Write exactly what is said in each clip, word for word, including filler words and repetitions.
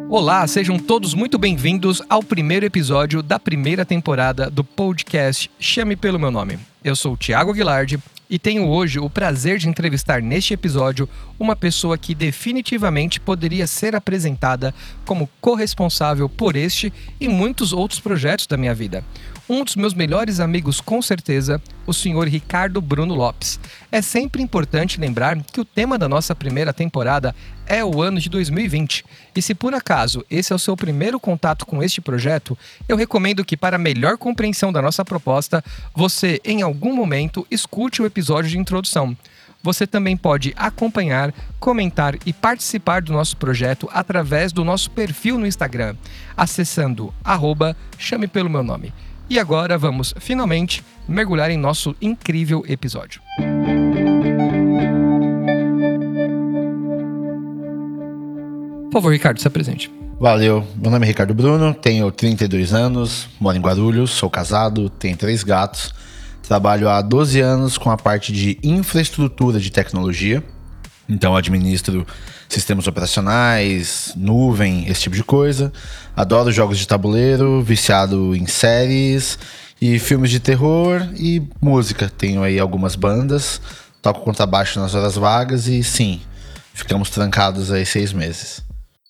Olá, sejam todos muito bem-vindos ao primeiro episódio da primeira temporada do podcast Chame Pelo Meu Nome. Eu sou o Thiago Aguilardi e tenho hoje o prazer de entrevistar neste episódio uma pessoa que definitivamente poderia ser apresentada como corresponsável por este e muitos outros projetos da minha vida. Um dos meus melhores amigos, com certeza, o senhor Ricardo Bruno Lopes. É sempre importante lembrar que o tema da nossa primeira temporada é o ano de dois mil e vinte. E se por acaso esse é o seu primeiro contato com este projeto, eu recomendo que, para melhor compreensão da nossa proposta, você, em algum momento, escute o episódio de introdução. Você também pode acompanhar, comentar e participar do nosso projeto através do nosso perfil no Instagram, acessando arroba Chame Pelo Meu Nome. E agora vamos, finalmente, mergulhar em nosso incrível episódio. Por favor, Ricardo, se apresente. Valeu, meu nome é Ricardo Bruno, tenho trinta e dois anos, moro em Guarulhos, sou casado, tenho três gatos, trabalho há doze anos com a parte de infraestrutura de tecnologia, então administro sistemas operacionais, nuvem, esse tipo de coisa. Adoro jogos de tabuleiro, viciado em séries e filmes de terror e música. Tenho aí algumas bandas, toco contrabaixo nas horas vagas e sim, ficamos trancados aí seis meses.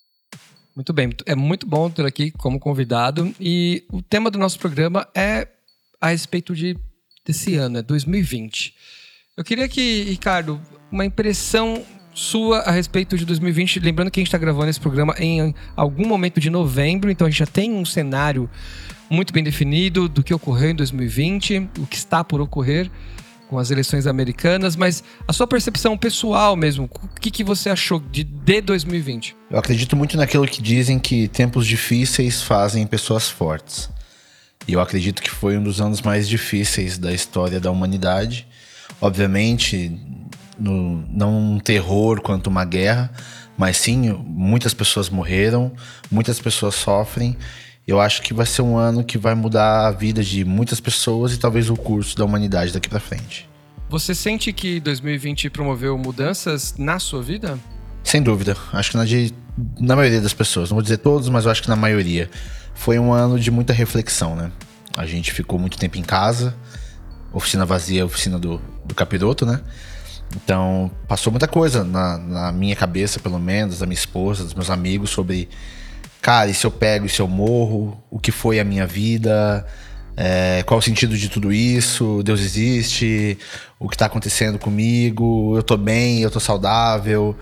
Muito bem, é muito bom ter aqui como convidado e o tema do nosso programa é a respeito de, desse ano, é dois mil e vinte. Eu queria que, Ricardo, uma impressão sua a respeito de dois mil e vinte, lembrando que a gente está gravando esse programa em algum momento de novembro, então a gente já tem um cenário muito bem definido do que ocorreu em dois mil e vinte, o que está por ocorrer com as eleições americanas, mas a sua percepção pessoal mesmo, o que, que você achou de, de dois mil e vinte? Eu acredito muito naquilo que dizem que tempos difíceis fazem pessoas fortes. E eu acredito que foi um dos anos mais difíceis da história da humanidade. Obviamente, no, não um terror quanto uma guerra, mas sim, muitas pessoas morreram, muitas pessoas sofrem. Eu acho que vai ser um ano que vai mudar a vida de muitas pessoas e talvez o curso da humanidade daqui pra frente. Você sente que dois mil e vinte promoveu mudanças na sua vida? Sem dúvida. Acho que na, de, na maioria das pessoas. Não vou dizer todos, mas eu acho que na maioria. Foi um ano de muita reflexão, né? A gente ficou muito tempo em casa. Oficina vazia, oficina do, do capiroto, né? Então, passou muita coisa na, na minha cabeça, pelo menos, da minha esposa, dos meus amigos, sobre... Cara, e se eu pego, e se eu morro? O que foi a minha vida? É, qual o sentido de tudo isso? Deus existe? O que tá acontecendo comigo? Eu tô bem? Eu tô saudável?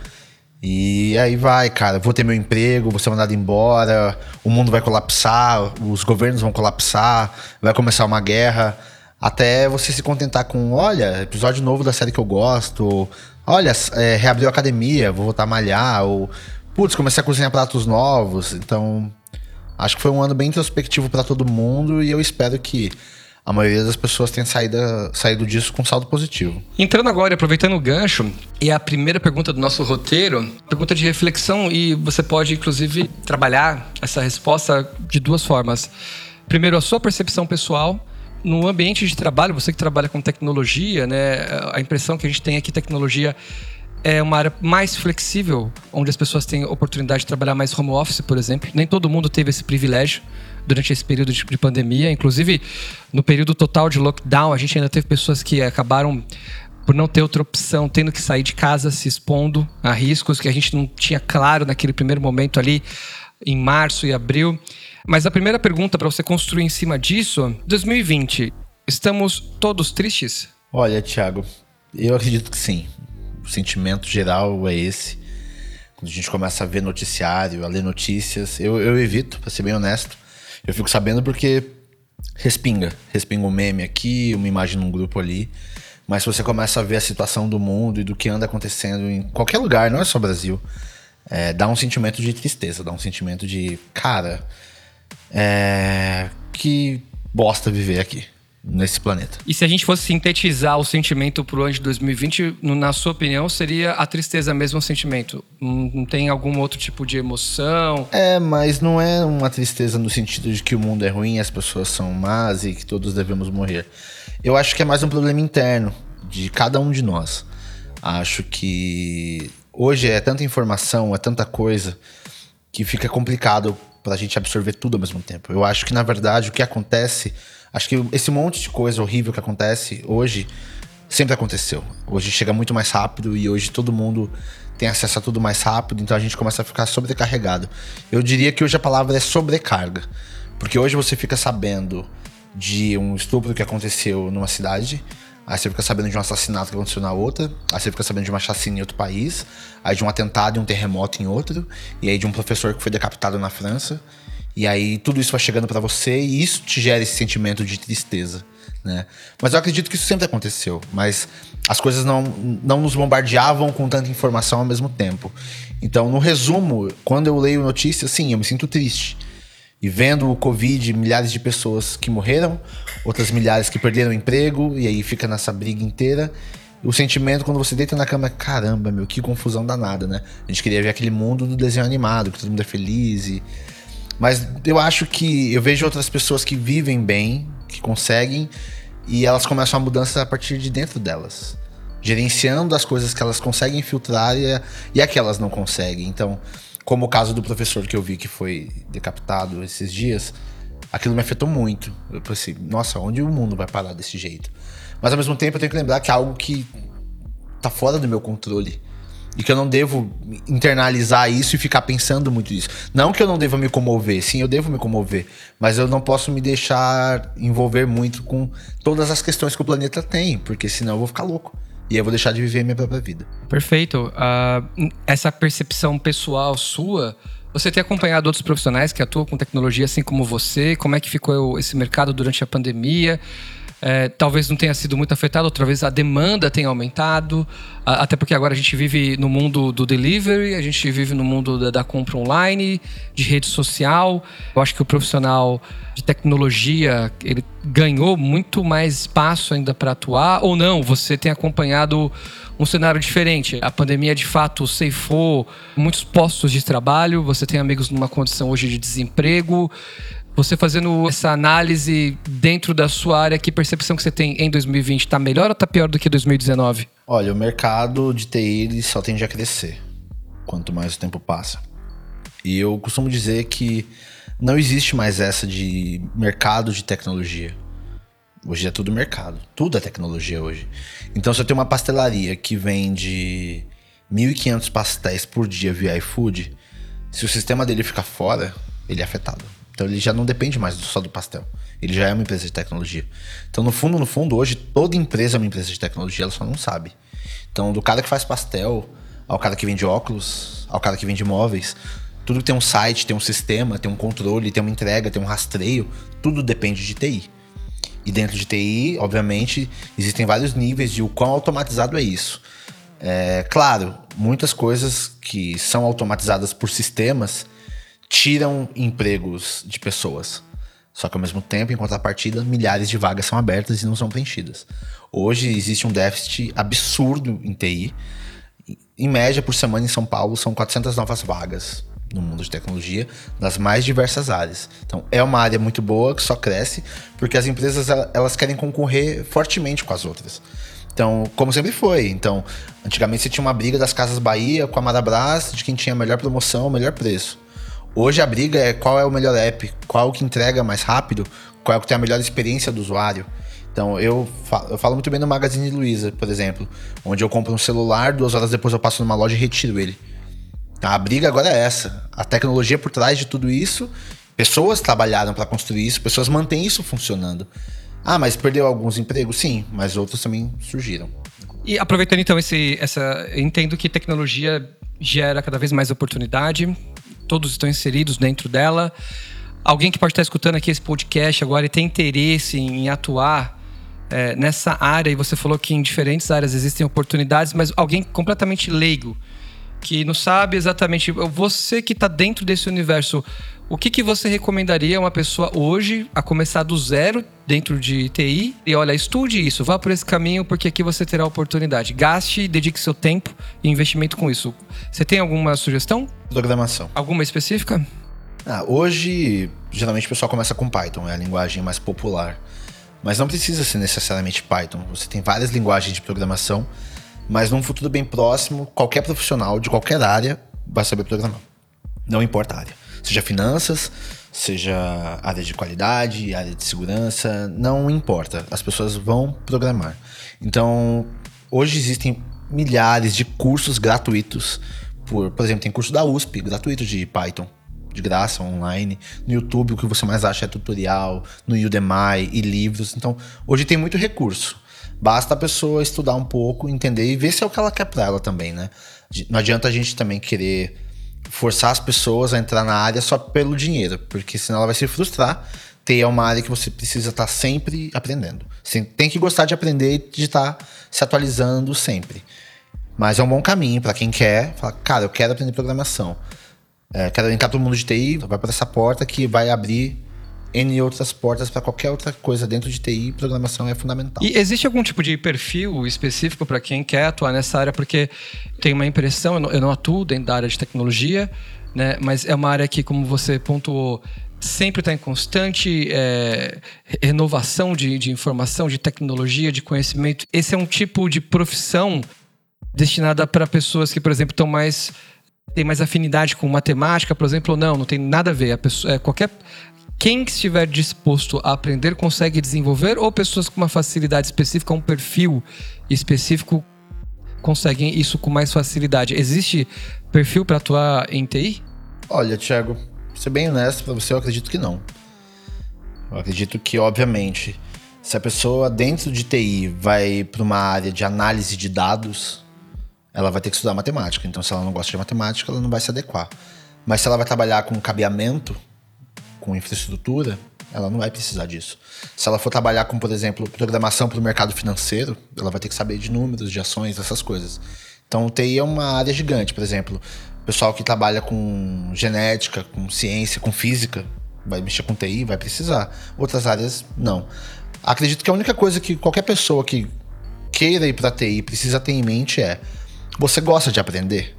E aí vai, cara. Vou ter meu emprego, vou ser mandado embora. O mundo vai colapsar, os governos vão colapsar. Vai começar uma guerra. Até você se contentar com, olha, episódio novo da série que eu gosto. Olha, é, reabriu a academia, vou voltar a malhar. Ou... Putz, comecei a cozinhar pratos novos, então acho que foi um ano bem introspectivo para todo mundo e eu espero que a maioria das pessoas tenha saído, saído disso com saldo positivo. Entrando agora, aproveitando o gancho, e a primeira pergunta do nosso roteiro, pergunta de reflexão, e você pode inclusive trabalhar essa resposta de duas formas. Primeiro, a sua percepção pessoal. No ambiente de trabalho, você que trabalha com tecnologia, né, a impressão que a gente tem é que tecnologia é uma área mais flexível, onde as pessoas têm oportunidade de trabalhar mais home office, por exemplo. Nem todo mundo teve esse privilégio durante esse período de, de pandemia. Inclusive, no período total de lockdown, a gente ainda teve pessoas que acabaram, por não ter outra opção, tendo que sair de casa, se expondo a riscos que a gente não tinha claro naquele primeiro momento ali, em março e abril. Mas a primeira pergunta, para você construir em cima disso, dois mil e vinte, estamos todos tristes? Olha, Thiago, eu acredito que sim. O sentimento geral é esse. Quando a gente começa a ver noticiário, a ler notícias, eu, eu evito, pra ser bem honesto. Eu fico sabendo porque respinga. Respinga um meme aqui, uma imagem num grupo ali. Mas se você começa a ver a situação do mundo e do que anda acontecendo em qualquer lugar, não é só Brasil, é, dá um sentimento de tristeza, dá um sentimento de, cara, é, que bosta viver aqui, nesse planeta. E se a gente fosse sintetizar o sentimento pro ano de dois mil e vinte, na sua opinião, seria a tristeza mesmo o sentimento? Não, não tem algum outro tipo de emoção? É, mas não é uma tristeza no sentido de que o mundo é ruim, as pessoas são más e que todos devemos morrer. Eu acho que é mais um problema interno de cada um de nós. Acho que hoje é tanta informação, é tanta coisa, que fica complicado pra gente absorver tudo ao mesmo tempo. Eu acho que, na verdade, o que acontece... Acho que esse monte de coisa horrível que acontece hoje sempre aconteceu. Hoje chega muito mais rápido e hoje todo mundo tem acesso a tudo mais rápido, então a gente começa a ficar sobrecarregado. Eu diria que hoje a palavra é sobrecarga. Porque hoje você fica sabendo de um estupro que aconteceu numa cidade, aí você fica sabendo de um assassinato que aconteceu na outra, aí você fica sabendo de uma chacina em outro país, aí de um atentado e um terremoto em outro, e aí de um professor que foi decapitado na França. E aí tudo isso vai chegando pra você e isso te gera esse sentimento de tristeza, né? Mas eu acredito que isso sempre aconteceu, mas as coisas não, não nos bombardeavam com tanta informação ao mesmo tempo. Então, no resumo, quando eu leio notícias, sim, eu me sinto triste. E vendo o Covid, milhares de pessoas que morreram, outras milhares que perderam o emprego, e aí fica nessa briga inteira. O sentimento quando você deita na cama é, caramba, meu, que confusão danada, né? A gente queria ver aquele mundo do desenho animado, que todo mundo é feliz e... Mas eu acho que eu vejo outras pessoas que vivem bem, que conseguem, e elas começam a mudança a partir de dentro delas. Gerenciando as coisas que elas conseguem filtrar e, e aquelas não conseguem. Então, como o caso do professor que eu vi que foi decapitado esses dias, aquilo me afetou muito. Eu pensei, nossa, onde o mundo vai parar desse jeito? Mas ao mesmo tempo eu tenho que lembrar que é algo que tá fora do meu controle. E que eu não devo internalizar isso e ficar pensando muito nisso. Não que eu não deva me comover, sim, eu devo me comover. Mas eu não posso me deixar envolver muito com todas as questões que o planeta tem, porque senão eu vou ficar louco. E aí eu vou deixar de viver a minha própria vida. Perfeito. Uh, essa percepção pessoal sua, você tem acompanhado outros profissionais que atuam com tecnologia assim como você? Como é que ficou esse mercado durante a pandemia? É, talvez não tenha sido muito afetado, outra vez a demanda tenha aumentado, a, até porque agora a gente vive no mundo do delivery, a gente vive no mundo da, da compra online, de rede social. Eu acho que o profissional de tecnologia, ele ganhou muito mais espaço ainda para atuar, ou não? Você tem acompanhado um cenário diferente. A pandemia, de fato, ceifou muitos postos de trabalho, você tem amigos numa condição hoje de desemprego. Você fazendo essa análise dentro da sua área, que percepção que você tem em dois mil e vinte? Tá melhor ou tá pior do que dois mil e dezenove? Olha, o mercado de T I ele só tende a crescer quanto mais o tempo passa. E eu costumo dizer que não existe mais essa de mercado de tecnologia. Hoje é tudo mercado. Tudo é tecnologia hoje. Então, se eu tenho uma pastelaria que vende mil e quinhentos pastéis por dia via iFood, se o sistema dele ficar fora, ele é afetado. Então ele já não depende mais só do pastel. Ele já é uma empresa de tecnologia. Então no fundo, no fundo, hoje toda empresa é uma empresa de tecnologia, ela só não sabe. Então do cara que faz pastel, ao cara que vende óculos, ao cara que vende móveis, tudo que tem um site, tem um sistema, tem um controle, tem uma entrega, tem um rastreio, tudo depende de T I. E dentro de T I, obviamente, existem vários níveis de o quão automatizado é isso. É, claro, muitas coisas que são automatizadas por sistemas tiram empregos de pessoas. Só que ao mesmo tempo, em contrapartida, milhares de vagas são abertas e não são preenchidas. Hoje existe um déficit absurdo em T I. Em média, por semana em São Paulo, são quatrocentas novas vagas no mundo de tecnologia, das mais diversas áreas. Então, é uma área muito boa, que só cresce, porque as empresas elas querem concorrer fortemente com as outras. Então, como sempre foi. Então, antigamente você tinha uma briga das Casas Bahia com a Marabras de quem tinha a melhor promoção, o melhor preço. Hoje a briga é qual é o melhor app, qual é o que entrega mais rápido, qual é o que tem a melhor experiência do usuário. Então eu falo, eu falo muito bem no Magazine Luiza, por exemplo, onde eu compro um celular, duas horas depois eu passo numa loja e retiro ele. A briga agora é essa. A tecnologia por trás de tudo isso, pessoas trabalharam para construir isso, pessoas mantêm isso funcionando. Ah, mas perdeu alguns empregos? Sim, mas outros também surgiram. E aproveitando então esse, essa... Eu entendo que tecnologia gera cada vez mais oportunidade, todos estão inseridos dentro dela. Alguém que pode estar escutando aqui esse podcast agora e tem interesse em atuar é, nessa área, e você falou que em diferentes áreas existem oportunidades, mas alguém completamente leigo, que não sabe exatamente, você que está dentro desse universo, o que, que você recomendaria a uma pessoa hoje a começar do zero dentro de T I? E olha, estude isso, vá por esse caminho, porque aqui você terá oportunidade. Gaste, dedique seu tempo e investimento com isso. Você tem alguma sugestão? Programação. Alguma específica? Ah, hoje, geralmente o pessoal começa com Python, é a linguagem mais popular. Mas não precisa ser necessariamente Python. Você tem várias linguagens de programação, mas num futuro bem próximo, qualquer profissional de qualquer área vai saber programar. Não importa a área. Seja finanças, seja área de qualidade, área de segurança, não importa. As pessoas vão programar. Então, hoje existem milhares de cursos gratuitos. Por, por exemplo, tem curso da U S P, gratuito de Python, de graça, online. No YouTube, o que você mais acha é tutorial, no Udemy e livros. Então, hoje tem muito recurso. Basta a pessoa estudar um pouco, entender e ver se é o que ela quer pra ela também, né? Não adianta a gente também querer forçar as pessoas a entrar na área só pelo dinheiro, porque senão ela vai se frustrar. T I é uma área que você precisa estar sempre aprendendo. Você tem que gostar de aprender e de estar se atualizando sempre. Mas é um bom caminho para quem quer. Falar, cara, eu quero aprender programação. É, quero entrar pro mundo de T I, vai por essa porta que vai abrir N outras portas para qualquer outra coisa dentro de T I. Programação é fundamental. E existe algum tipo de perfil específico para quem quer atuar nessa área? Porque tem uma impressão, eu não, eu não atuo dentro da área de tecnologia, né? Mas é uma área que, como você pontuou, sempre está em constante é, renovação de, de informação, de tecnologia, de conhecimento. Esse é um tipo de profissão destinada para pessoas que, por exemplo, estão mais tem mais afinidade com matemática, por exemplo, ou não, não tem nada a ver. A pessoa, é, qualquer quem estiver disposto a aprender consegue desenvolver, ou pessoas com uma facilidade específica, um perfil específico, conseguem isso com mais facilidade. Existe perfil para atuar em T I? Olha, Thiago, pra ser bem honesto para você, eu acredito que não. Eu acredito que, obviamente, se a pessoa dentro de T I vai para uma área de análise de dados, ela vai ter que estudar matemática. Então, se ela não gosta de matemática, ela não vai se adequar. Mas se ela vai trabalhar com cabeamento, com infraestrutura, ela não vai precisar disso. Se ela for trabalhar com, por exemplo, programação para o mercado financeiro, ela vai ter que saber de números, de ações, essas coisas. Então, T I é uma área gigante. Por exemplo, o pessoal que trabalha com genética, com ciência, com física, vai mexer com T I, vai precisar. Outras áreas, não. Acredito que a única coisa que qualquer pessoa que queira ir para T I precisa ter em mente é: você gosta de aprender?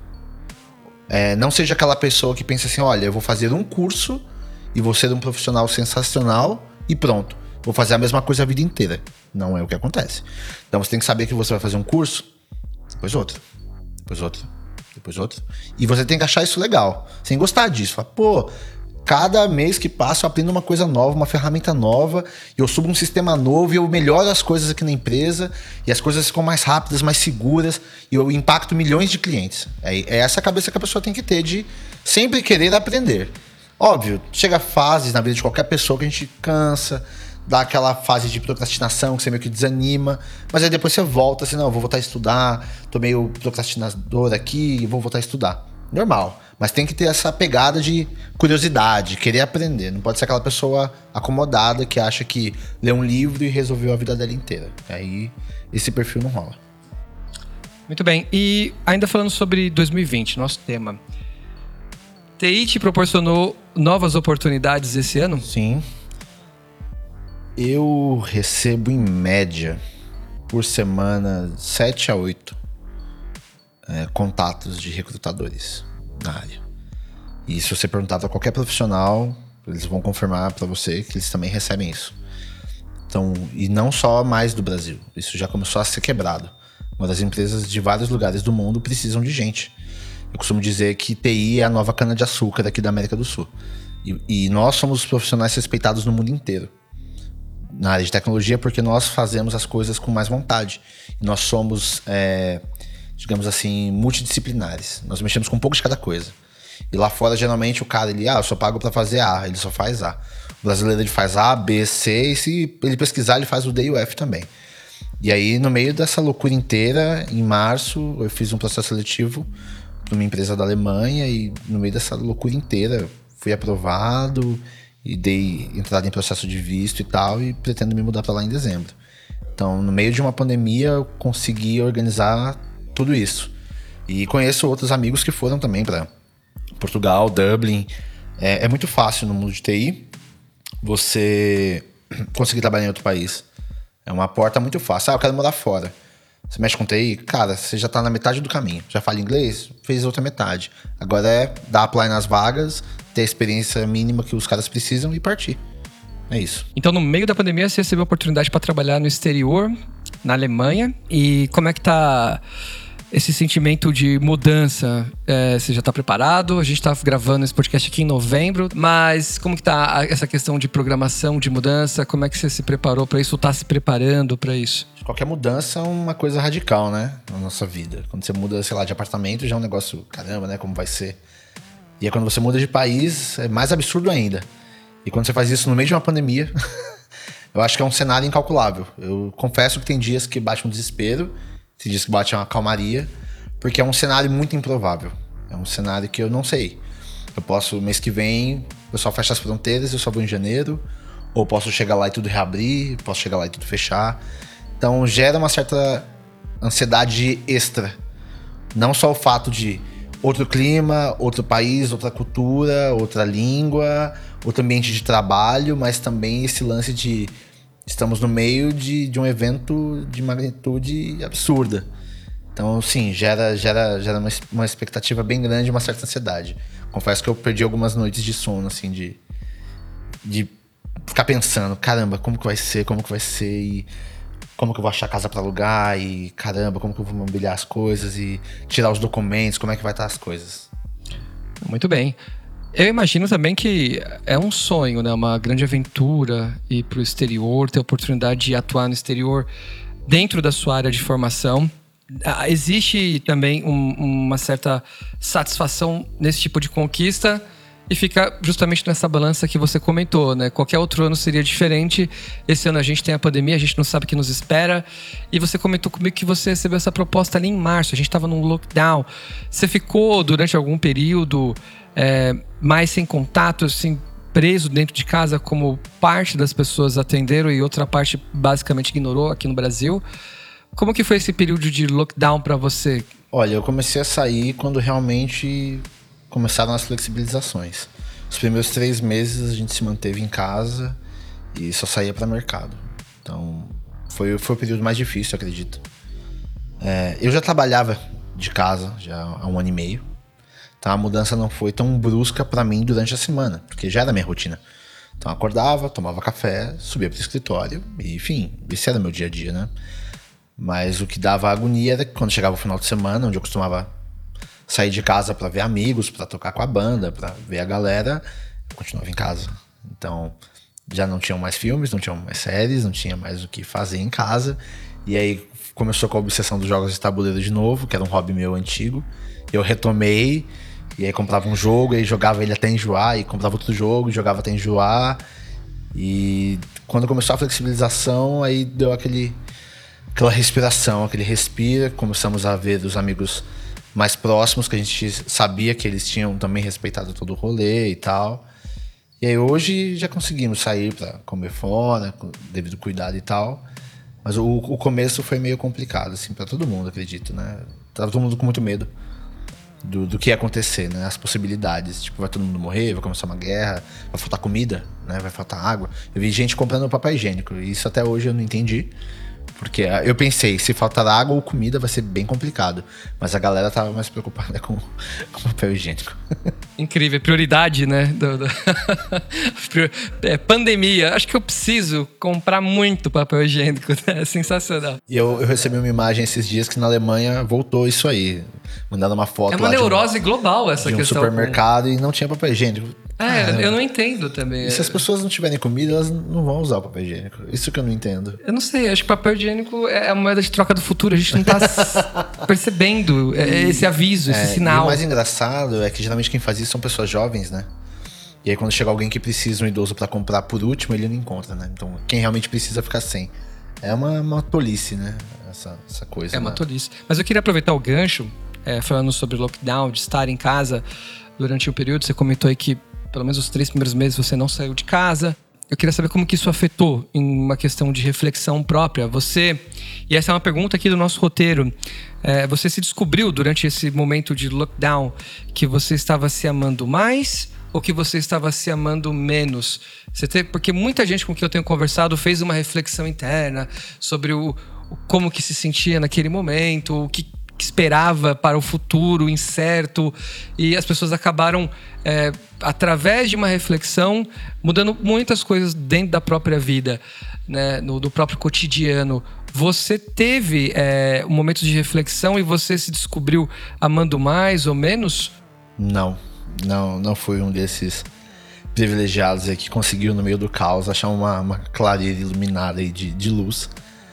É, não seja aquela pessoa que pensa assim, olha, eu vou fazer um curso e vou ser um profissional sensacional e pronto, vou fazer a mesma coisa a vida inteira. Não é o que acontece. Então você tem que saber que você vai fazer um curso, depois outro, depois outro, depois outro. E você tem que achar isso legal, sem gostar disso. Fala, pô, cada mês que passa eu aprendo uma coisa nova, uma ferramenta nova, eu subo um sistema novo e eu melhoro as coisas aqui na empresa e as coisas ficam mais rápidas, mais seguras e eu impacto milhões de clientes. É, é essa a cabeça que a pessoa tem que ter de sempre querer aprender. Óbvio, chega fases na vida de qualquer pessoa que a gente cansa, dá aquela fase de procrastinação que você meio que desanima, mas aí depois você volta assim, não, eu vou voltar a estudar, tô meio procrastinador aqui, vou voltar a estudar. Normal, mas tem que ter essa pegada de curiosidade, querer aprender. Não pode ser aquela pessoa acomodada que acha que lê um livro e resolveu a vida dela inteira. Aí esse perfil não rola. Muito bem, e ainda falando sobre dois mil e vinte, nosso tema. T I te proporcionou novas oportunidades esse ano? Sim. Eu recebo em média por semana sete a oito é, contatos de recrutadores na área. E se você perguntar para qualquer profissional, eles vão confirmar para você que eles também recebem isso. Então, e não só mais do Brasil. Isso já começou a ser quebrado. Mas as empresas de vários lugares do mundo precisam de gente. Eu costumo dizer que T I é a nova cana-de-açúcar aqui da América do Sul. E, e nós somos os profissionais respeitados no mundo inteiro na área de tecnologia porque nós fazemos as coisas com mais vontade. E nós somos, é, digamos assim, multidisciplinares. Nós mexemos com um pouco de cada coisa. E lá fora, geralmente, o cara, ele, ah, eu só pago pra fazer A, ele só faz A. O brasileiro, ele faz A, B, C, e se ele pesquisar, ele faz o D e o F também. E aí, no meio dessa loucura inteira, em março, eu fiz um processo seletivo numa empresa da Alemanha e no meio dessa loucura inteira fui aprovado e dei entrada em processo de visto e tal e pretendo me mudar para lá em dezembro. Então, no meio de uma pandemia, eu consegui organizar tudo isso. E conheço outros amigos que foram também para Portugal, Dublin. É, é muito fácil no mundo de T I você conseguir trabalhar em outro país. É uma porta muito fácil. Ah, eu quero morar fora. Você mexe com T I? Cara, você já tá na metade do caminho. Já fala inglês? Fez a outra metade. Agora é dar apply nas vagas, ter a experiência mínima que os caras precisam e partir. É isso. Então, no meio da pandemia, você recebeu a oportunidade para trabalhar no exterior, na Alemanha. E como é que tá esse sentimento de mudança, é, você já está preparado? A gente está gravando esse podcast aqui em novembro, mas como que tá essa questão de programação, de mudança? Como é que você se preparou para isso ou está se preparando para isso? Qualquer mudança é uma coisa radical, né? Na nossa vida. Quando você muda, sei lá, de apartamento, já é um negócio, caramba, né? Como vai ser? E aí quando você muda de país, é mais absurdo ainda. E quando você faz isso no meio de uma pandemia, eu acho que é um cenário incalculável. Eu confesso que tem dias que bate um desespero, tem dias que bate uma calmaria, porque é um cenário muito improvável. É um cenário que eu não sei. Eu posso, mês que vem, eu só fecho as fronteiras, eu só vou em janeiro, ou posso chegar lá e tudo reabrir, posso chegar lá e tudo fechar. Então gera uma certa ansiedade extra. Não só o fato de outro clima, outro país, outra cultura, outra língua, outro ambiente de trabalho, mas também esse lance de estamos no meio de, de um evento de magnitude absurda. Então, sim, gera, gera, gera uma, uma expectativa bem grande, uma certa ansiedade. Confesso que eu perdi algumas noites de sono, assim, de, de ficar pensando, caramba, como que vai ser, como que vai ser, e como que eu vou achar casa para alugar, e caramba, como que eu vou mobiliar as coisas, e tirar os documentos, como é que vai estar as coisas. Muito bem. Eu imagino também que é um sonho, né? Uma grande aventura ir para o exterior, ter a oportunidade de atuar no exterior dentro da sua área de formação. Ah, existe também um, uma certa satisfação nesse tipo de conquista e fica justamente nessa balança que você comentou, né? Qualquer outro ano seria diferente. Esse ano a gente tem a pandemia, a gente não sabe o que nos espera. E você comentou comigo que você recebeu essa proposta ali em março. A gente estava num lockdown. Você ficou durante algum período é, mais sem contato, assim, preso dentro de casa, como parte das pessoas atenderam e outra parte basicamente ignorou aqui no Brasil. Como que foi esse período de lockdown para você? Olha, eu comecei a sair quando realmente começaram as flexibilizações. Os primeiros três meses a gente se manteve em casa e só saía para mercado. Então foi, foi o período mais difícil, eu acredito. É, eu já trabalhava de casa já há um ano e meio. Então a mudança não foi tão brusca para mim durante a semana, porque já era a minha rotina. Então eu acordava, tomava café, subia para o escritório e, enfim, esse era o meu dia a dia, né? Mas o que dava agonia era que quando chegava o final de semana, onde eu costumava sair de casa para ver amigos, para tocar com a banda, para ver a galera, eu continuava em casa. Então já não tinham mais filmes, não tinham mais séries, não tinha mais o que fazer em casa. E aí começou com a obsessão dos jogos de tabuleiro de novo, que era um hobby meu antigo. Eu retomei, e aí comprava um jogo, e aí jogava ele até enjoar, e comprava outro jogo, e jogava até enjoar. E quando começou a flexibilização, aí deu aquele, aquela respiração, aquele respira. Começamos a ver os amigos mais próximos, que a gente sabia que eles tinham também respeitado todo o rolê e tal. E aí hoje já conseguimos sair pra comer fora, com devido cuidado e tal. Mas o, o começo foi meio complicado, assim, pra todo mundo, acredito, né? Tava todo mundo com muito medo do, do que ia acontecer, né? As possibilidades. Tipo, vai todo mundo morrer, vai começar uma guerra, vai faltar comida, né? Vai faltar água. Eu vi gente comprando papel higiênico, e isso até hoje eu não entendi. Porque eu pensei, se faltar água ou comida vai ser bem complicado. Mas a galera tava mais preocupada com, com papel higiênico. Incrível, prioridade, né? Do, do... é, pandemia, acho que eu preciso comprar muito papel higiênico, né? É sensacional. E eu, eu recebi uma imagem esses dias que na Alemanha voltou isso aí. Mandaram uma foto. É uma lá neurose de um, global essa de um questão. supermercado com... e não tinha papel higiênico. É, Caramba. Eu não entendo também. E se as pessoas não tiverem comida, elas não vão usar o papel higiênico. Isso que eu não entendo. Eu não sei, acho que papel higiênico é a moeda de troca do futuro. A gente não tá percebendo esse aviso, esse é, sinal. E o mais engraçado é que geralmente quem faz isso são pessoas jovens, né? E aí quando chega alguém que precisa, um idoso, pra comprar por último, ele não encontra, né? Então quem realmente precisa ficar sem. É uma, uma tolice, né? Essa, essa coisa. É uma né? tolice. Mas eu queria aproveitar o gancho, é, falando sobre lockdown, de estar em casa durante o período. Você comentou aí que pelo menos os três primeiros meses você não saiu de casa. Eu queria saber como que isso afetou em uma questão de reflexão própria. Você, e essa é uma pergunta aqui do nosso roteiro, é, você se descobriu durante esse momento de lockdown que você estava se amando mais ou que você estava se amando menos? Você teve, porque muita gente com quem eu tenho conversado fez uma reflexão interna sobre o, o como que se sentia naquele momento, o que que esperava para o futuro incerto, e as pessoas acabaram, é, através de uma reflexão, mudando muitas coisas dentro da própria vida, né, no, do próprio cotidiano. Você teve é, um momento de reflexão e você se descobriu amando mais ou menos? Não, não, não fui um desses privilegiados aí que conseguiu no meio do caos achar uma, uma clareira iluminada aí de, de luz.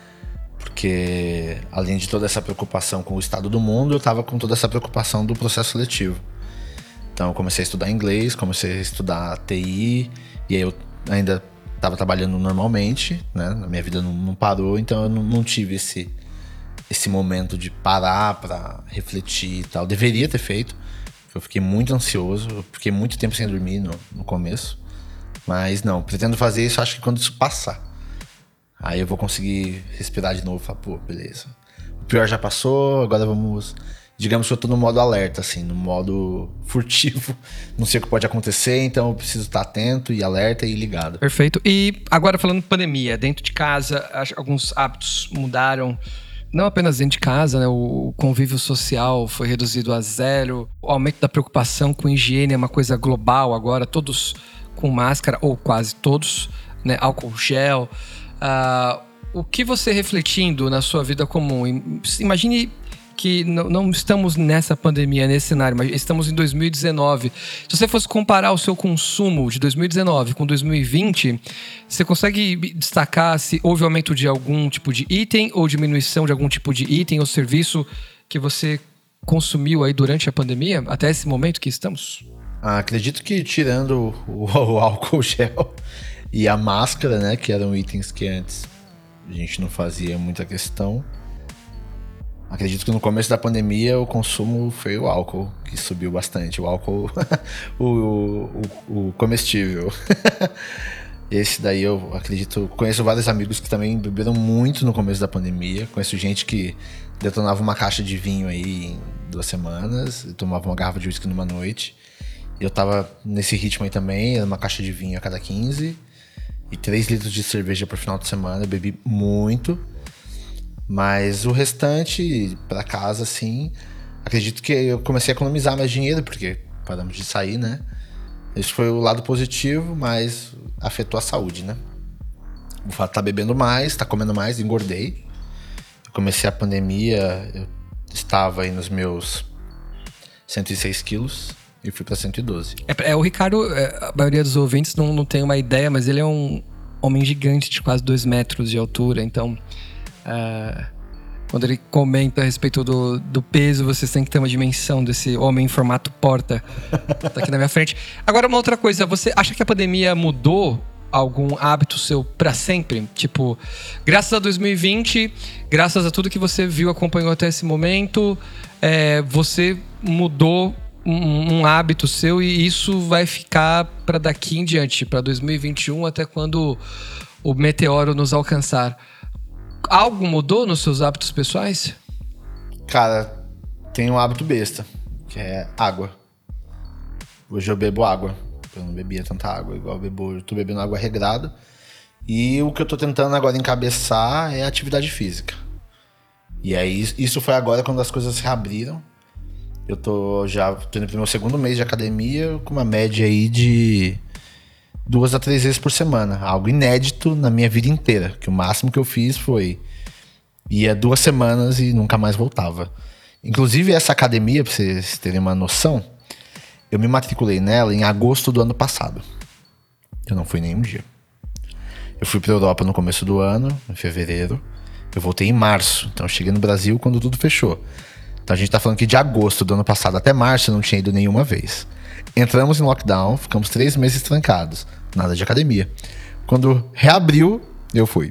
Porque além de toda essa preocupação com o estado do mundo, eu tava com toda essa preocupação do processo seletivo. Então eu comecei a estudar inglês, comecei a estudar T I, e aí eu ainda tava trabalhando normalmente, né? A minha vida não, não parou, então eu não, não tive esse, esse momento de parar pra refletir e tal. Deveria ter feito, eu fiquei muito ansioso, eu fiquei muito tempo sem dormir no, no começo. Mas não, pretendo fazer isso, acho que quando isso passar. Aí eu vou conseguir respirar de novo e falar, pô, beleza. O pior já passou, agora vamos... Digamos que eu tô no modo alerta, assim, no modo furtivo. Não sei o que pode acontecer, então eu preciso estar atento e alerta e ligado. Perfeito. E agora falando de pandemia, dentro de casa, acho que alguns hábitos mudaram. Não apenas dentro de casa, né? O convívio social foi reduzido a zero. O aumento da preocupação com higiene é uma coisa global agora. Todos com máscara, ou quase todos, né? Álcool gel. Uh, o que você refletindo na sua vida comum? Imagine que não, não estamos nessa pandemia, nesse cenário, mas estamos em dois mil e dezenove. Se você fosse comparar o seu consumo de dois mil e dezenove com dois mil e vinte, você consegue destacar se houve aumento de algum tipo de item ou diminuição de algum tipo de item ou serviço que você consumiu aí durante a pandemia, até esse momento que estamos? Ah, acredito que tirando o, o álcool gel e a máscara, né, que eram itens que antes a gente não fazia muita questão. Acredito que no começo da pandemia o consumo foi o álcool, que subiu bastante. O álcool, o, o, o comestível. Esse daí eu acredito... Conheço vários amigos que também beberam muito no começo da pandemia. Conheço gente que detonava uma caixa de vinho aí em duas semanas. E tomava uma garrafa de uísque numa noite. E eu tava nesse ritmo aí também. Era uma caixa de vinho a cada quinze. E três litros de cerveja por final de semana. Eu bebi muito. Mas o restante, pra casa, assim, acredito que eu comecei a economizar mais dinheiro, porque paramos de sair, né? Esse foi o lado positivo, mas afetou a saúde, né? O fato de estar bebendo mais, estar comendo mais, engordei. Eu comecei a pandemia, eu estava aí nos meus cento e seis quilos e fui pra cento e doze. É, é, o Ricardo, é, a maioria dos ouvintes não, não tem uma ideia, mas ele é um homem gigante de quase dois metros de altura, então... Uh, quando ele comenta a respeito do, do peso, vocês têm que ter uma dimensão desse homem em formato porta. Tá aqui na minha frente. Agora, uma outra coisa. Você acha que a pandemia mudou algum hábito seu pra sempre? Tipo, graças a dois mil e vinte, graças a tudo que você viu, acompanhou até esse momento, é, você mudou um, um hábito seu e isso vai ficar pra daqui em diante, pra dois mil e vinte e um, até quando o meteoro nos alcançar. Algo mudou nos seus hábitos pessoais? Cara, tem um hábito besta, que é água. Hoje eu bebo água. Eu não bebia tanta água igual eu bebo. Eu tô bebendo água regrado. E o que eu tô tentando agora encabeçar é a atividade física. E aí, isso foi agora quando as coisas se reabriram. Eu tô já tô indo pro meu segundo mês de academia com uma média aí de duas a três vezes por semana. Algo inédito na minha vida inteira. Que o máximo que eu fiz foi... Ia duas semanas e nunca mais voltava. Inclusive, essa academia, pra vocês terem uma noção, eu me matriculei nela em agosto do ano passado. Eu não fui nenhum dia. Eu fui pra Europa no começo do ano, em fevereiro. Eu voltei em março. Então eu cheguei no Brasil quando tudo fechou. Então a gente tá falando que de agosto do ano passado até março eu não tinha ido nenhuma vez. Entramos em lockdown, ficamos três meses trancados. Nada de academia. Quando reabriu, eu fui.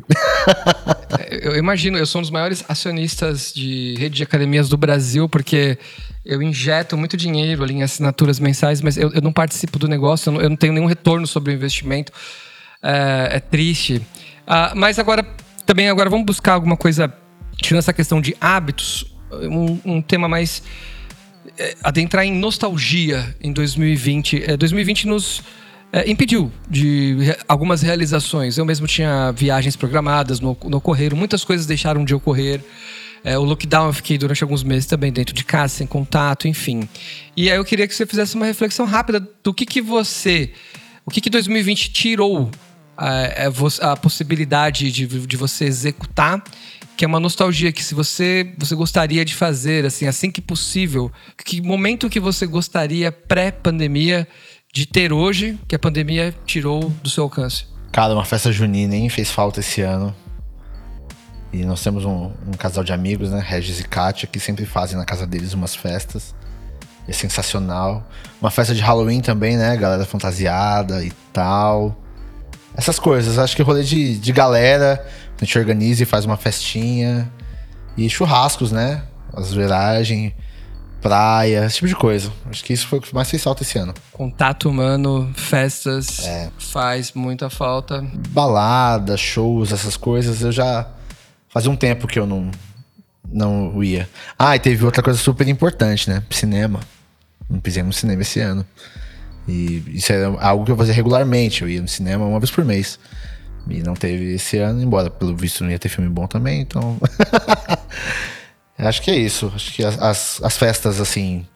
Eu imagino, eu sou um dos maiores acionistas de rede de academias do Brasil, porque eu injeto muito dinheiro ali em assinaturas mensais, mas eu, eu não participo do negócio, eu não, eu não tenho nenhum retorno sobre o investimento. É, é triste. Ah, mas agora, também agora vamos buscar alguma coisa, tirando essa questão de hábitos, um, um tema mais... É, adentrar em nostalgia em dois mil e vinte. É, dois mil e vinte nos... É, impediu de re- algumas realizações. Eu mesmo tinha viagens programadas, não, não ocorreram. Muitas coisas deixaram de ocorrer. É, o lockdown eu fiquei durante alguns meses também dentro de casa, sem contato, enfim. E aí eu queria que você fizesse uma reflexão rápida do que que você... O que que dois mil e vinte tirou a, a possibilidade de, de você executar que é uma nostalgia que se você, você gostaria de fazer, assim, assim que possível, que momento que você gostaria pré-pandemia de ter hoje, que a pandemia tirou do seu alcance? Cara, uma festa junina nem fez falta esse ano. E nós temos um, um casal de amigos, né, Regis e Kátia, que sempre fazem na casa deles umas festas. É sensacional. Uma festa de Halloween também, né, galera fantasiada e tal. Essas coisas, acho que rolê de, de galera, a gente organiza e faz uma festinha. E churrascos, né, as viragens, praia, esse tipo de coisa. Acho que isso foi o que mais fez falta esse ano. Contato humano, festas, é. faz muita falta. Balada, shows, essas coisas, eu já... Fazia um tempo que eu não, não ia. Ah, e teve outra coisa super importante, né? Cinema. Não pisei no cinema esse ano. E isso era algo que eu fazia regularmente. Eu ia no cinema uma vez por mês. E não teve esse ano, embora pelo visto não ia ter filme bom também, então... Acho que é isso. Acho que as, as, as festas, assim...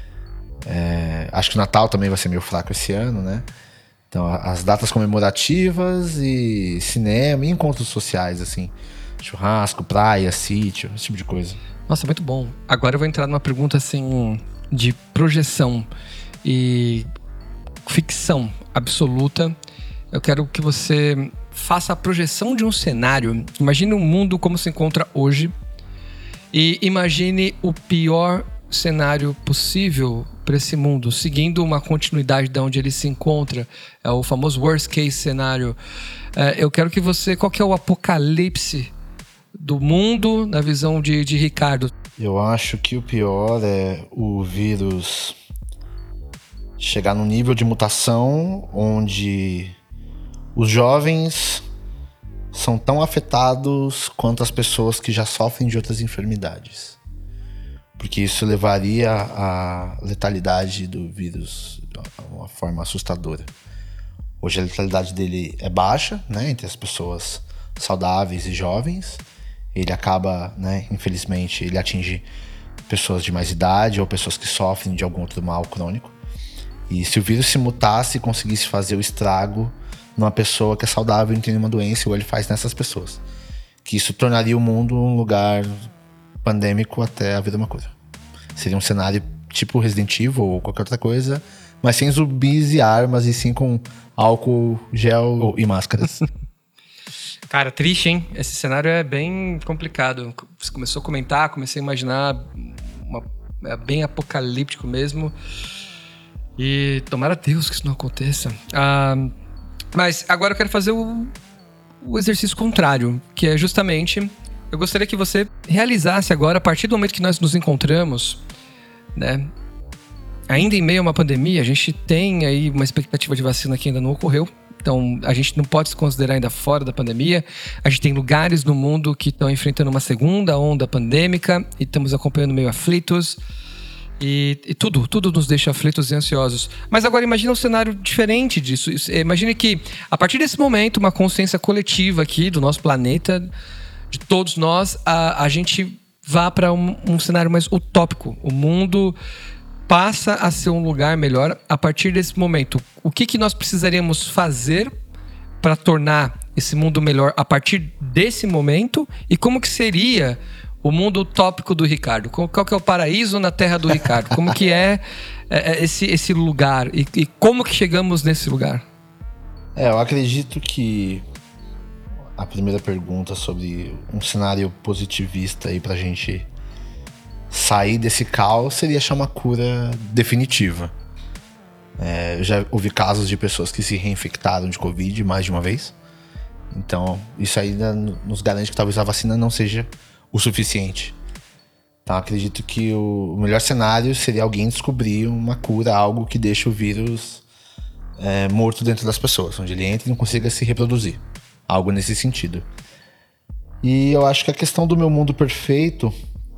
É... Acho que o Natal também vai ser meio fraco esse ano, né? Então, as datas comemorativas e cinema e encontros sociais, assim... Churrasco, praia, sítio, esse tipo de coisa. Nossa, muito bom. Agora eu vou entrar numa pergunta assim de projeção e ficção absoluta. Eu quero que você faça a projeção de um cenário. Imagine um mundo como se encontra hoje e imagine o pior cenário possível para esse mundo, seguindo uma continuidade de onde ele se encontra. É o famoso worst case cenário. É, eu quero que você... Qual que é o apocalipse do mundo na visão de, de Ricardo? Eu acho que o pior é o vírus chegar num nível de mutação onde os jovens são tão afetados quanto as pessoas que já sofrem de outras enfermidades. Porque isso levaria à letalidade do vírus de uma forma assustadora. Hoje a letalidade dele é baixa, né, entre as pessoas saudáveis e jovens. Ele acaba, né, infelizmente, ele atinge pessoas de mais idade ou pessoas que sofrem de algum outro mal crônico. E se o vírus se mutasse e conseguisse fazer o estrago numa pessoa que é saudável e não tem nenhuma doença, igual ele faz nessas pessoas, que isso tornaria o mundo um lugar pandêmico até haver uma cura. Seria um cenário tipo Resident Evil ou qualquer outra coisa, mas sem zumbis e armas, e sim com álcool, gel e máscaras. Cara, triste, hein? Esse cenário é bem complicado. Você começou a comentar, comecei a imaginar uma, é bem apocalíptico mesmo. E tomara a Deus que isso não aconteça. Ah, mas agora eu quero fazer o, o exercício contrário, que é justamente... Eu gostaria que você realizasse agora, a partir do momento que nós nos encontramos, né? Ainda em meio a uma pandemia, a gente tem aí uma expectativa de vacina que ainda não ocorreu. Então, a gente não pode se considerar ainda fora da pandemia. A gente tem lugares no mundo que estão enfrentando uma segunda onda pandêmica e estamos acompanhando meio aflitos. E, e tudo, tudo nos deixa aflitos e ansiosos. Mas agora imagine um cenário diferente disso. Imagine que, a partir desse momento, uma consciência coletiva aqui do nosso planeta, de todos nós, a, a gente vá para um, um cenário mais utópico. O mundo passa a ser um lugar melhor a partir desse momento. O que, que nós precisaríamos fazer para tornar esse mundo melhor a partir desse momento? E como que seria o mundo utópico do Ricardo? Qual que é o paraíso na terra do Ricardo? Como que é, é esse, esse lugar? E, e como que chegamos nesse lugar? É, eu acredito que a primeira pergunta sobre um cenário positivista aí pra gente sair desse caos seria achar uma cura definitiva. É, eu já ouvi casos de pessoas que se reinfectaram de Covid mais de uma vez. Então, isso ainda nos garante que talvez a vacina não seja o suficiente. Então, acredito que o melhor cenário seria alguém descobrir uma cura, algo que deixe o vírus é, morto dentro das pessoas, onde ele entra e não consiga se reproduzir. Algo nesse sentido. E eu acho que a questão do meu mundo perfeito...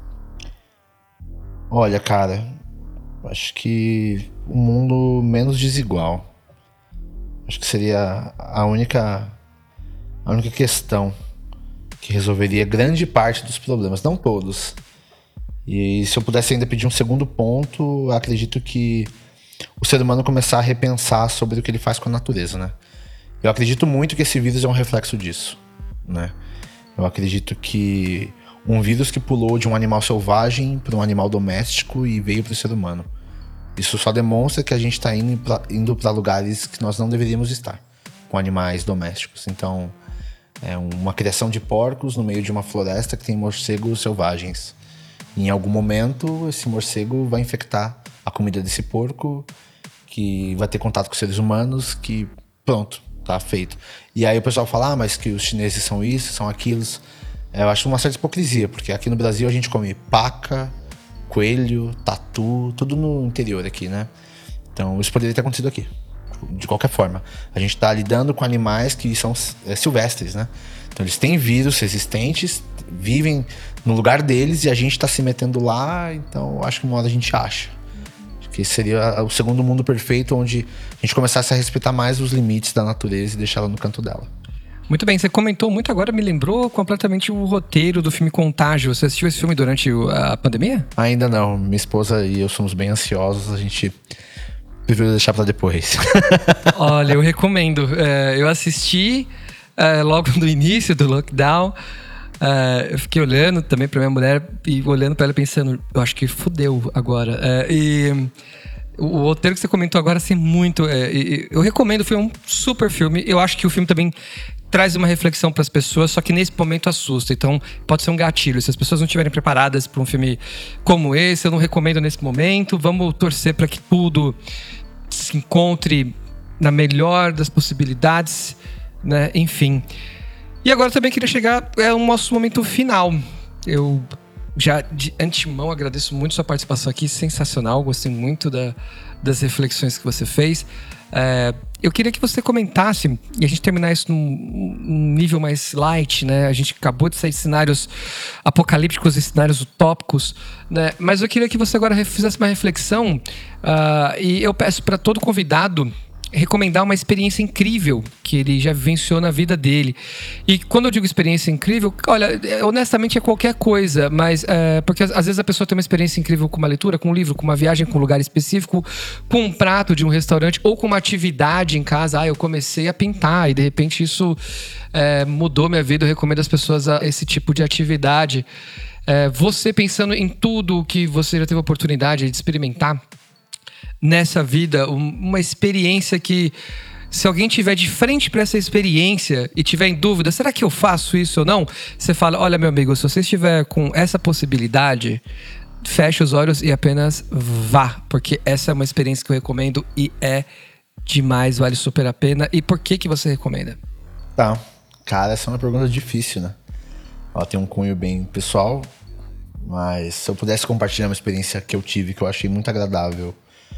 Olha, cara, acho que um mundo menos desigual. Acho que seria a única, a única questão que resolveria grande parte dos problemas, não todos. E se eu pudesse ainda pedir um segundo ponto, acredito que o ser humano começar a repensar sobre o que ele faz com a natureza, né? Eu acredito muito que esse vírus é um reflexo disso, né? Eu acredito que um vírus que pulou de um animal selvagem para um animal doméstico e veio para o ser humano. Isso só demonstra que a gente está indo para indo para lugares que nós não deveríamos estar, com animais domésticos. Então, é uma criação de porcos no meio de uma floresta que tem morcegos selvagens. E em algum momento, esse morcego vai infectar a comida desse porco, que vai ter contato com seres humanos, que pronto, tá feito. E aí o pessoal fala, ah, mas que os chineses são isso, são aquilo. Eu acho uma certa hipocrisia, porque aqui no Brasil a gente come paca, coelho, tatu, tudo no interior aqui, né? Então isso poderia ter acontecido aqui, de qualquer forma. A gente tá lidando com animais que são é, silvestres, né? Então eles têm vírus resistentes, vivem no lugar deles e a gente tá se metendo lá, então acho que uma hora a gente acha. Que seria o segundo mundo perfeito, onde a gente começasse a respeitar mais os limites da natureza e deixar ela no canto dela. Muito bem, você comentou muito agora, me lembrou completamente o roteiro do filme Contágio. Você assistiu esse filme durante a pandemia? Ainda não, minha esposa e eu somos bem ansiosos, a gente preferiu deixar pra depois. Olha, eu recomendo. É, eu assisti é, logo no início do lockdown. É, eu fiquei olhando também pra minha mulher e olhando pra ela pensando, eu acho que fudeu agora. É, e o roteiro que você comentou agora, assim, muito. É, eu recomendo, foi um super filme. Eu acho que o filme também traz uma reflexão para as pessoas, só que nesse momento assusta. Então, pode ser um gatilho. Se as pessoas não estiverem preparadas para um filme como esse, eu não recomendo nesse momento. Vamos torcer para que tudo se encontre na melhor das possibilidades, né? Enfim. E agora também queria chegar ao nosso momento final. Eu já de antemão agradeço muito sua participação aqui, sensacional. Gostei muito da, das reflexões que você fez. É, eu queria que você comentasse, e a gente terminar isso num, num nível mais light, né? A gente acabou de sair de cenários apocalípticos e cenários utópicos, né? Mas eu queria que você agora fizesse uma reflexão, uh, e eu peço para todo convidado recomendar uma experiência incrível que ele já vivenciou na vida dele. E quando eu digo experiência incrível, olha, honestamente é qualquer coisa, mas é, porque às vezes a pessoa tem uma experiência incrível com uma leitura, com um livro, com uma viagem, com um lugar específico, com um prato de um restaurante ou com uma atividade em casa. Ah, eu comecei a pintar e de repente isso é, mudou minha vida. Eu recomendo às pessoas a esse tipo de atividade. É, você pensando em tudo que você já teve a oportunidade de experimentar nessa vida, uma experiência que, se alguém tiver de frente para essa experiência e tiver em dúvida, será que eu faço isso ou não? Você fala, olha meu amigo, se você estiver com essa possibilidade, feche os olhos e apenas vá, porque essa é uma experiência que eu recomendo e é demais, vale super a pena. E por que que você recomenda? Tá, cara, essa é uma pergunta difícil, né? Ela tem um cunho bem pessoal, mas se eu pudesse compartilhar uma experiência que eu tive, que eu achei muito agradável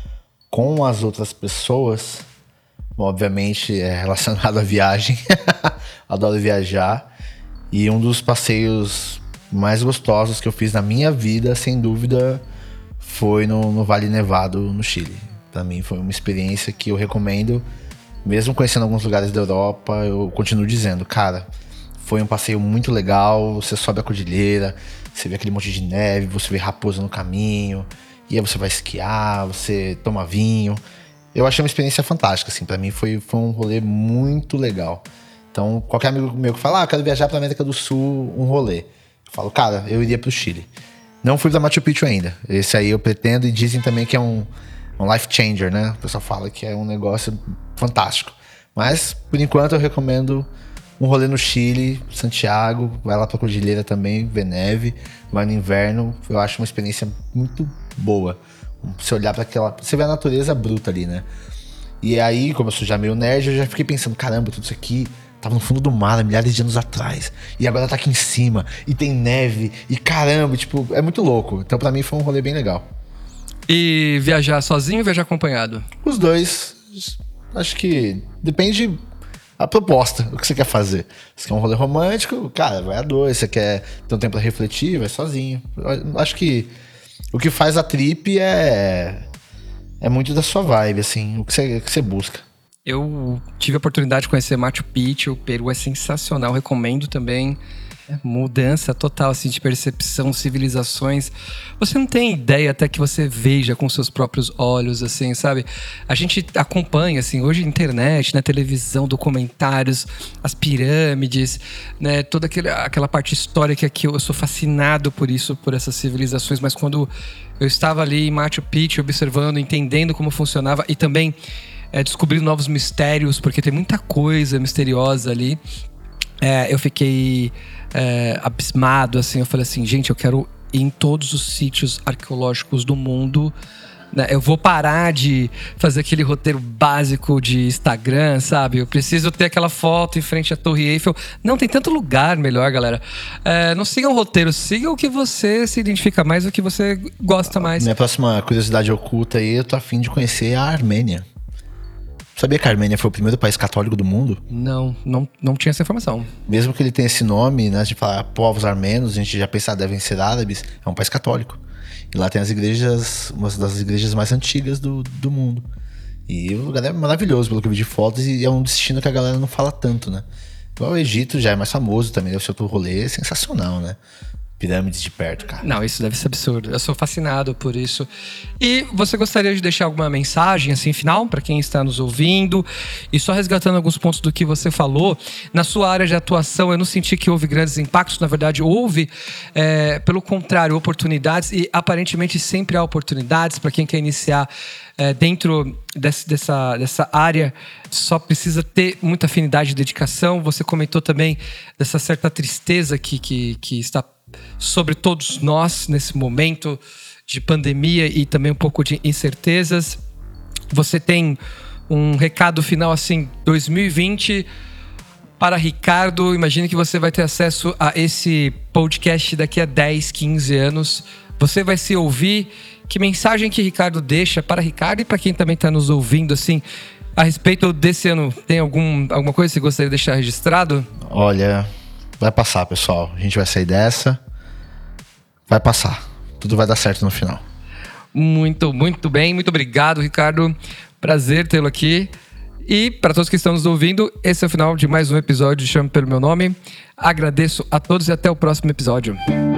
com as outras pessoas, obviamente é relacionado à viagem. Adoro viajar. E um dos passeios mais gostosos que eu fiz na minha vida, sem dúvida, foi no, no Vale Nevado, no Chile. Para mim foi uma experiência que eu recomendo. Mesmo conhecendo alguns lugares da Europa, eu continuo dizendo, cara, foi um passeio muito legal. Você sobe a cordilheira, você vê aquele monte de neve, você vê raposa no caminho, e aí você vai esquiar, você toma vinho. Eu achei uma experiência fantástica, assim. Pra mim foi, foi um rolê muito legal. Então, qualquer amigo meu que fala, ah, eu quero viajar pra América do Sul, um rolê. Eu falo, cara, eu iria pro Chile. Não fui pra Machu Picchu ainda. Esse aí eu pretendo, e dizem também que é um, um life changer, né? O pessoal fala que é um negócio fantástico. Mas, por enquanto, eu recomendo um rolê no Chile, Santiago. Vai lá pra Cordilheira também, ver neve. Vai no inverno. Eu acho uma experiência muito boa. Você olhar para aquela... Você vê a natureza bruta ali, né? E aí, como eu sou já meio nerd, eu já fiquei pensando, caramba, tudo isso aqui tava no fundo do mar há milhares de anos atrás. E agora tá aqui em cima. E tem neve. E caramba, tipo, é muito louco. Então pra mim foi um rolê bem legal. E viajar sozinho ou viajar acompanhado? Os dois. Acho que depende a proposta, o que você quer fazer. Se quer um rolê romântico, cara, vai a dois. Você quer ter um tempo pra refletir, vai sozinho. Eu acho que o que faz a trip é, é muito da sua vibe, assim, o que você, o que você busca. Eu tive a oportunidade de conhecer Machu Picchu, o Peru é sensacional, recomendo também. Mudança total, assim, de percepção, civilizações. Você não tem ideia até que você veja com seus próprios olhos, assim, sabe? A gente acompanha, assim, hoje internet, na televisão, documentários, as pirâmides, né? Toda aquele, aquela parte histórica que eu, eu sou fascinado por isso, por essas civilizações. Mas quando eu estava ali em Machu Picchu, observando, entendendo como funcionava e também é, descobrindo novos mistérios, porque tem muita coisa misteriosa ali. É, eu fiquei é, abismado, assim, eu falei assim, gente, eu quero ir em todos os sítios arqueológicos do mundo, né? Eu vou parar de fazer aquele roteiro básico de Instagram, sabe? Eu preciso ter aquela foto em frente à Torre Eiffel. Não, tem tanto lugar melhor, galera. É, não sigam o roteiro, sigam o que você se identifica mais, o que você gosta mais. Minha próxima curiosidade oculta aí, eu tô a fim de conhecer a Armênia. Sabia que a Armênia foi o primeiro país católico do mundo? Não, não, não tinha essa informação. Mesmo que ele tenha esse nome, né, de falar povos armenos, a gente já pensa devem ser árabes, é um país católico. E lá tem as igrejas, uma das igrejas mais antigas do, do mundo. E o lugar é maravilhoso, pelo que eu vi de fotos, e é um destino que a galera não fala tanto, né? Igual o Egito já é mais famoso também, o seu rolê é sensacional, né? Pirâmides de perto, cara. Não, isso deve ser absurdo. Eu sou fascinado por isso. E você gostaria de deixar alguma mensagem, assim, final, para quem está nos ouvindo? E só resgatando alguns pontos do que você falou, na sua área de atuação, eu não senti que houve grandes impactos. Na verdade, houve, é, pelo contrário, oportunidades. E aparentemente sempre há oportunidades para quem quer iniciar é, dentro desse, dessa, dessa área. Só precisa ter muita afinidade e dedicação. Você comentou também dessa certa tristeza que, que, que está sobre todos nós nesse momento de pandemia e também um pouco de incertezas. Você tem um recado final, assim, dois mil e vinte para Ricardo. Imagine que você vai ter acesso a esse podcast daqui a dez, quinze anos. Você vai se ouvir. Que mensagem que Ricardo deixa para Ricardo e para quem também está nos ouvindo, assim, a respeito desse ano? Tem algum, alguma coisa que você gostaria de deixar registrado? Olha, vai passar, pessoal. A gente vai sair dessa. Vai passar. Tudo vai dar certo no final. Muito, muito bem. Muito obrigado, Ricardo. Prazer tê-lo aqui. E para todos que estão nos ouvindo, esse é o final de mais um episódio de Chame Pelo Meu Nome. Agradeço a todos e até o próximo episódio.